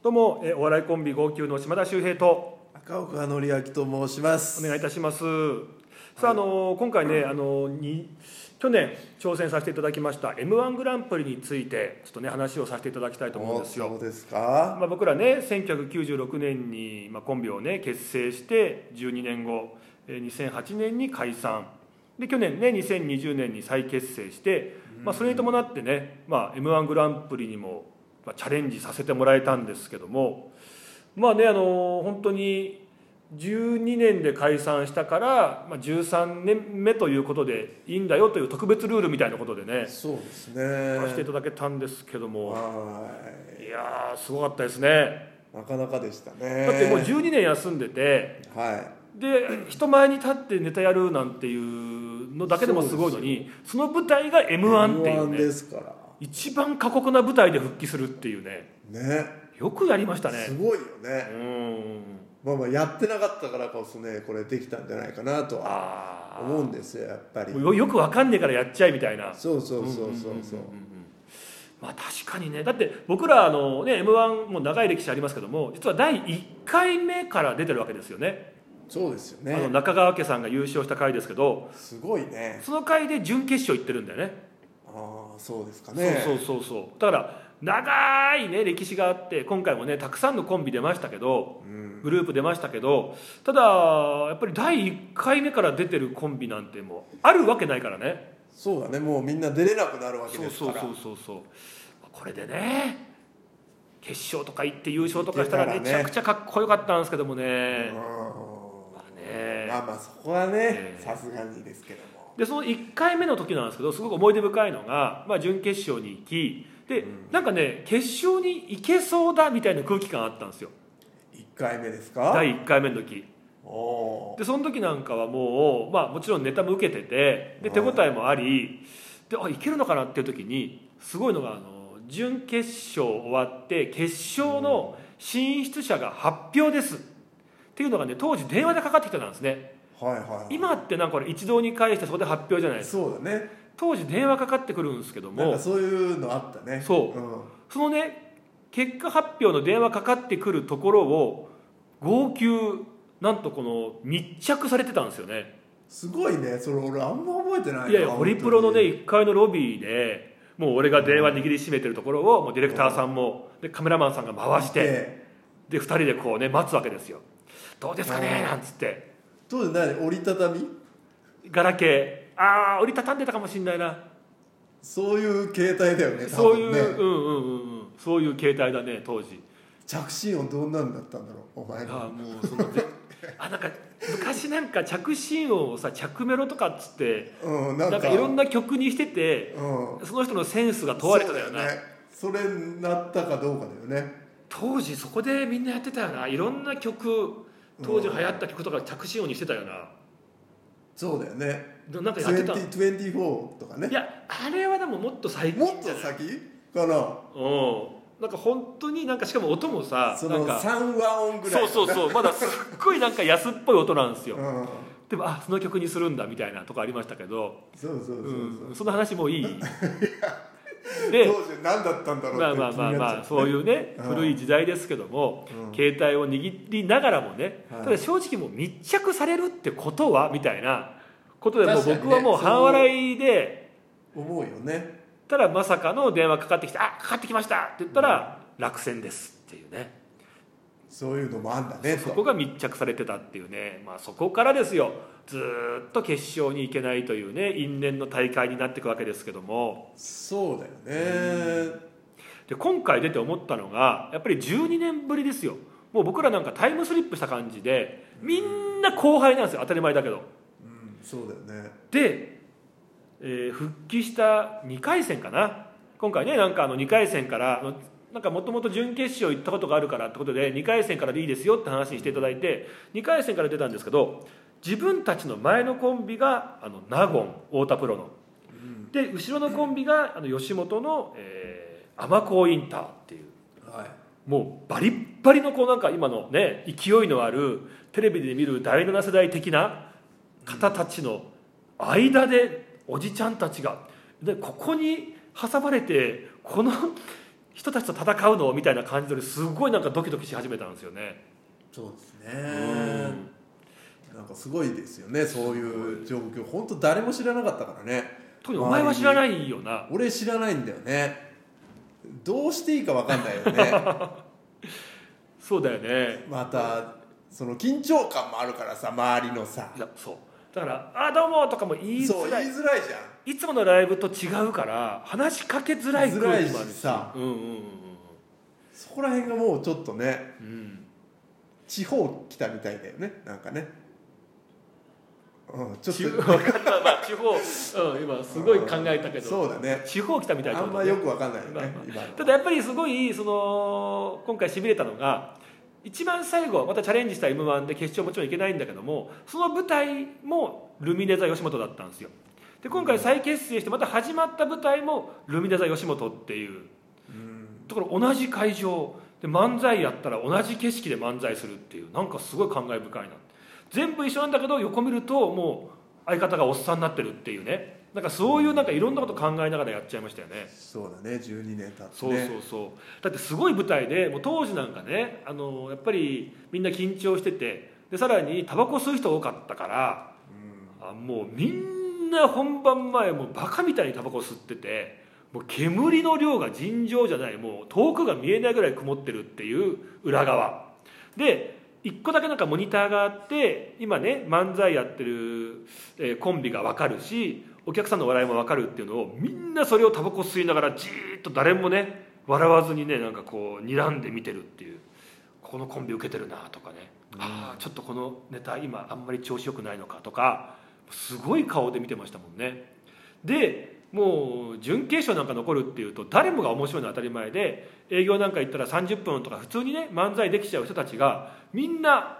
どうも、お笑いコンビ号泣の島田秀平と赤岡典明と申します。 お願いいたします。さあ、今回ね去年挑戦させていただきました M1 グランプリについてちょっとね話をさせていただきたいと思うんですよ。 そうですか。 僕らね1996年に、コンビをね結成して12年後2008年に解散で、去年ね2020年に再結成して、それに伴ってね、M1 グランプリにもチャレンジさせてもらえたんですけども、本当に12年で解散したから、13年目ということでいいんだよという特別ルールみたいなことでね、 そうですね。 させていただけたんですけども、いやーすごかったですね。 なかなかでしたね。 だってもう12年休んでて、で人前に立ってネタやるなんていうのだけでもすごいのに、その舞台が M1 っていうね、 ですから一番過酷な舞台で復帰するっていうね、よくやりましたね。 すごいよね。やってなかったからこそね、これできたんじゃないかなとは思うんですよ、やっぱり。 よくわかんねえからやっちゃえみたいな。 そう確かにね。だって僕らM1 も長い歴史ありますけども、実は第1回目から出てるわけですよね。 そうですよね。 中川家さんが優勝した回ですけど、 すごいね。 その回で準決勝行ってるんだよね。 そうですかね。 そうだから長いね歴史があって、今回もねたくさんのコンビ出ましたけど、グループ出ましたけど、ただやっぱり第1回目から出てるコンビなんてもうあるわけないからね。 そうだね。もうみんな出れなくなるわけですから。 そうこれでね決勝とか行って優勝とかしたらめちゃくちゃかっこよかったんですけどもね。 そこはね、さすがにですけども。 でその1回目の時なんですけど、すごく思い出深いのが、準決勝に行きで、なんかね決勝に行けそうだみたいな空気感あったんですよ。 1回目ですか。 第1回目の時で、その時なんかはもう、もちろんネタも受けてて、で手応えもありで、いけるのかなっていう時にすごいのが、準決勝終わって決勝の進出者が発表ですっていうのがね、当時電話でかかってきてたんですね。今ってなんかこれ一堂に会してそこで発表じゃないですか。 そうだね。 当時電話かかってくるんですけども、 そういうのあったね。 そのね結果発表の電話かかってくるところを号泣なんとこの密着されてたんですよね。 すごいね。それ俺あんま覚えてないな。 いやホリプロのね1階のロビーでもう俺が電話握りしめてるところをもうディレクターさんもでカメラマンさんが回してで2人でこうね待つわけですよ。どうですかねなんつって。 当時折りたたみガラケー折りたたんでたかもしれないな。 そういう携帯だよね。 そういうそういう携帯だね当時。 着信音どんなんだったんだろうお前の。 もうそのなんか昔なんか着信音をさ着メロとかっつって、なんかいろんな曲にしてて、その人のセンスが問われてたよな。 それなったかどうかだよね。 当時そこでみんなやってたよな。いろんな曲当時流行った曲とか着信音にしてたよな。 そうだよね。 なんかやってた。 24とかね。 いやあれはでももっと最近もっと先かな。 なんか本当になんかしかも音もさ、 その3和音ぐらい。 そうまだすっごいなんか安っぽい音なんですよ。でもその曲にするんだみたいなとこありましたけど。その話もいい。 で当時何だったんだろうって。 そういうね古い時代ですけども、携帯を握りながらもね、ただ正直もう密着されるってことはみたいなことで、もう僕はもう半笑いで思うよね。 たらまさかの電話かかってきて、かかってきましたって言ったら、落選ですっていうね。 そういうのもあんだね。 そこが密着されてたっていうね。そこからですよ、ずっと決勝に行けないというね因縁の大会になっていくわけですけども。 そうだよね。 で今回出て思ったのがやっぱり12年ぶりですよ。もう僕らなんかタイムスリップした感じで、みんな後輩なんですよ、当たり前だけど。 そうだよね。 で復帰した2回戦かな、今回ねなんか2回戦からなんかもともと準決勝行ったことがあるからってことで2回戦からでいいですよって話にしていただいて、2回戦から出たんですけど、自分たちの前のコンビが納言太田プロの、で後ろのコンビが吉本の尼神インターっていう、もうバリッバリのなんか今のね勢いのあるテレビで見る第7世代的な方たちの間でおじちゃんたちがでここに挟まれてこの人たちと戦うのみたいな感じですごいなんかドキドキし始めたんですよね。 そうですね、なんかすごいですよね、そういう状況。本当誰も知らなかったからね。 特にお前は知らないよな。 俺知らないんだよね。どうしていいか分かんないよねそうだよね。 またその緊張感もあるからさ、周りのさ。 そうだから「あどうも」とかも言いづらい。 そう言いづらいじゃん。 いつものライブと違うから話しかけづらい空気もあるしさ、 そこら辺がもうちょっとね、地方来たみたいだよね、なんかね。ちょっと分かった、まあ、地方、今すごい考えたけど、 そうだね、 地方来たみたいな、 あんまよく分かんないよね、 ただやっぱりすごい今回しびれたのが、一番最後またチャレンジした M1 で決勝もちろんいけないんだけども、その舞台もルミネ座吉本だったんですよ。で今回再結成してまた始まった舞台もルミネ座吉本っていうところ、同じ会場で漫才やったら同じ景色で漫才するっていう、なんかすごい感慨深いな。全部一緒なんだけど横見るともう相方がおっさんになってるっていうね、なんかそういうなんかいろんなこと考えながらやっちゃいましたよね。 そうだね、12年経ってね。 そうだってすごい舞台で、もう当時なんかね、やっぱりみんな緊張してて、でさらにタバコ吸う人多かったから、もうみんな本番前もうバカみたいにタバコ吸ってて、もう煙の量が尋常じゃない、もう遠くが見えないぐらい曇ってるっていう裏側で、1個だけなんかモニターがあって、今ね漫才やってる、コンビが分かるし、お客さんの笑いも分かるっていうのを、みんなそれをタバコ吸いながらじーっと誰もね笑わずにね、なんかこう睨んで見てるっていう、このコンビ受けてるなとかね、ちょっとこのネタ今あんまり調子よくないのかとか、すごい顔で見てましたもんね。でもう準決勝なんか残るっていうと誰もが面白いのは当たり前で、営業なんか行ったら30分とか普通にね漫才できちゃう人たちがみんな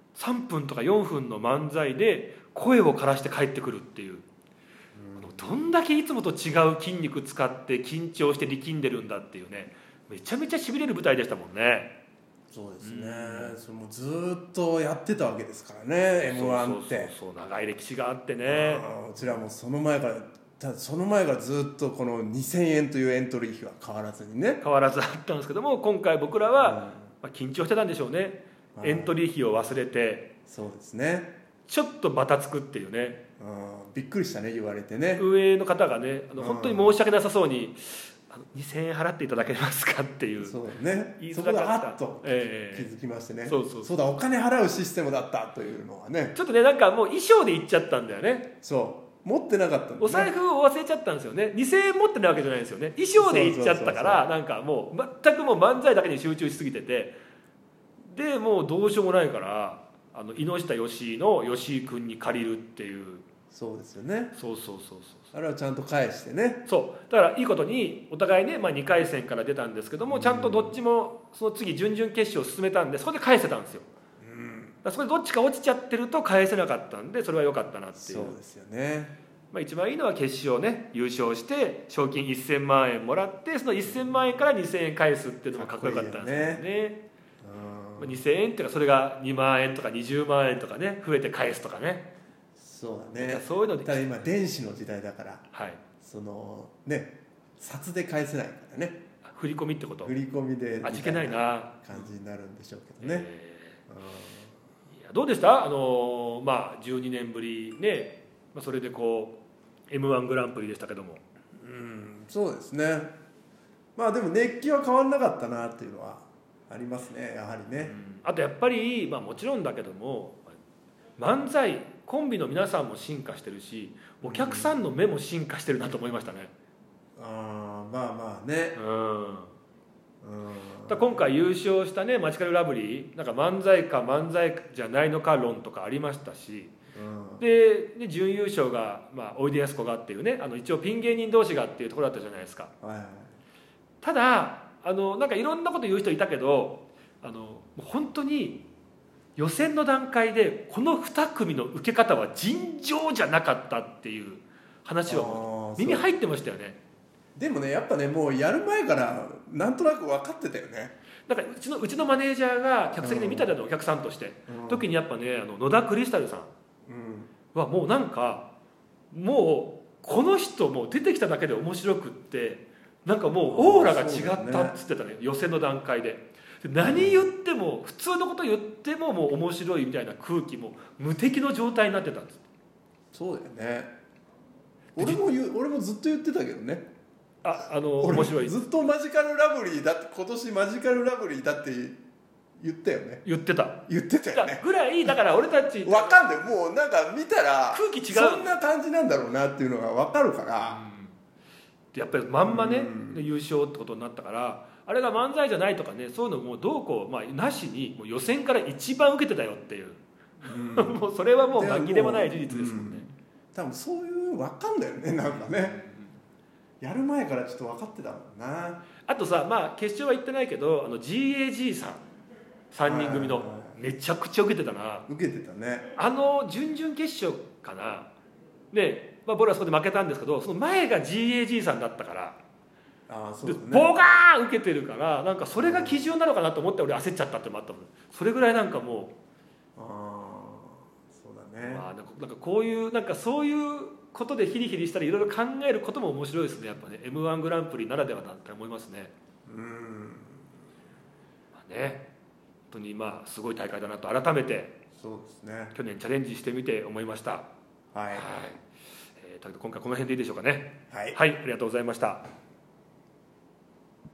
3分とか4分の漫才で声を枯らして帰ってくるっていう、どんだけいつもと違う筋肉使って緊張して力んでるんだっていうね、めちゃめちゃしびれる舞台でしたもんね。 そうですね、それもずっとやってたわけですからね、 M1 って。 そう長い歴史があってね、 うちらもその前からずっとこの2000円というエントリー費は変わらずにね、 変わらずあったんですけども、今回僕らは、緊張してたんでしょうね、エントリー費を忘れて。 そうですね、 ちょっとバタつくっていうね、 びっくりしたね、言われてね。 上の方がね本当に申し訳なさそうに2000円払っていただけますかっていう、 そうね、 言いづらかった。 そこであっと気づきましてね、 そうだ、お金払うシステムだったというのはね、 ちょっとねなんかもう衣装で行っちゃったんだよね。 そう持ってなかったんだ、ね、 お財布を忘れちゃったんですよね。2000円持ってないわけじゃないんですよね、衣装で行っちゃったから、なんかもう全くもう漫才だけに集中しすぎてて、でもうどうしようもないから井下義井の吉井君に借りるっていう。 そうですよね、 そうあれはちゃんと返してね。 そうだからいいことにお互いね、2回戦から出たんですけども、ちゃんとどっちもその次準々決勝を進めたんで、そこで返せたんですよ。だからそこでどっちか落ちちゃってると返せなかったんで、それは良かったなっていう。 そうですよね、 一番いいのは決勝ね優勝して賞金1000万円もらって、その1000万円から2000円返すっていうのもかっこよかったんですよね。2000円っていうか、それが2万円とか20万円とかね増えて返すとかね。 そうだね、 そういうので、 ただ今電子の時代だから、 はいそのね札で返せないからね、 振り込みってこと、 振り込みで味気ないな感じになるんでしょうけどね、 いやどうでした、12年ぶりね、それでこう M1 グランプリでしたけども。 そうですね、でも熱気は変わらなかったなっていうのはありますね、やはりね。 あとやっぱり、もちろんだけども漫才コンビの皆さんも進化してるし、お客さんの目も進化してるなと思いましたね。 ね、 今回優勝したねマヂカルラブリー、なんか漫才か漫才じゃないのか論とかありましたし、で準優勝が、おいでやすこがっていうね、一応ピン芸人同士がっていうところだったじゃないですか。ただなんかいろんなこと言う人いたけど、本当に予選の段階でこの2組の受け方は尋常じゃなかったっていう話は耳入ってましたよね。 でもねやっぱねもうやる前からなんとなく分かってたよね。 だからうちのマネージャーが客席で見たお客さんとして、時にやっぱね野田クリスタルさんはもうなんかもうこの人も出てきただけで面白くって、 なんかもうオーラが違ったっつってたね、予選の段階で。何言っても普通のこと言ってももう面白いみたいな空気も無敵の状態になってたんです。 そうだよね。俺もずっと言ってたけどね。 面白い。 ずっとマジカルラブリーだって、今年マジカルラブリーだって言ったよね。 言ってたよねぐらい。だから俺たち分かんない、もうなんか見たら空気違う、 そんな感じなんだろうなっていうのが分かるから、 やっぱりまんまね、優勝ってことになったから、あれが漫才じゃないとかね、そういうのもどうこう、なしにもう予選から一番受けてたよっていう、もうそれはもう紛れもない事実ですもんね。 多分そういう分かんだよね、なんかね、やる前からちょっと分かってたもんな。 あとさ、決勝は行ってないけどGAG さん3人組のめちゃくちゃ受けてたな。 受けてたね。 準々決勝かなで、僕らそこで負けたんですけど、その前が GAG さんだったから、 そうですね、 ボカーン受けてるから、なんかそれが基準なのかなと思って俺焦っちゃったってのもあったもん。それぐらいなんかもう、 そうだね。 なんかこういうなんかそういうことでヒリヒリしたりいろいろ考えることも面白いですね、やっぱね。 M1 グランプリならではだって思いますね。本当にすごい大会だなと改めて、 そうですね、 去年チャレンジしてみて思いました。 はい、 今回この辺でいいでしょうかね。 はい、 ありがとうございました。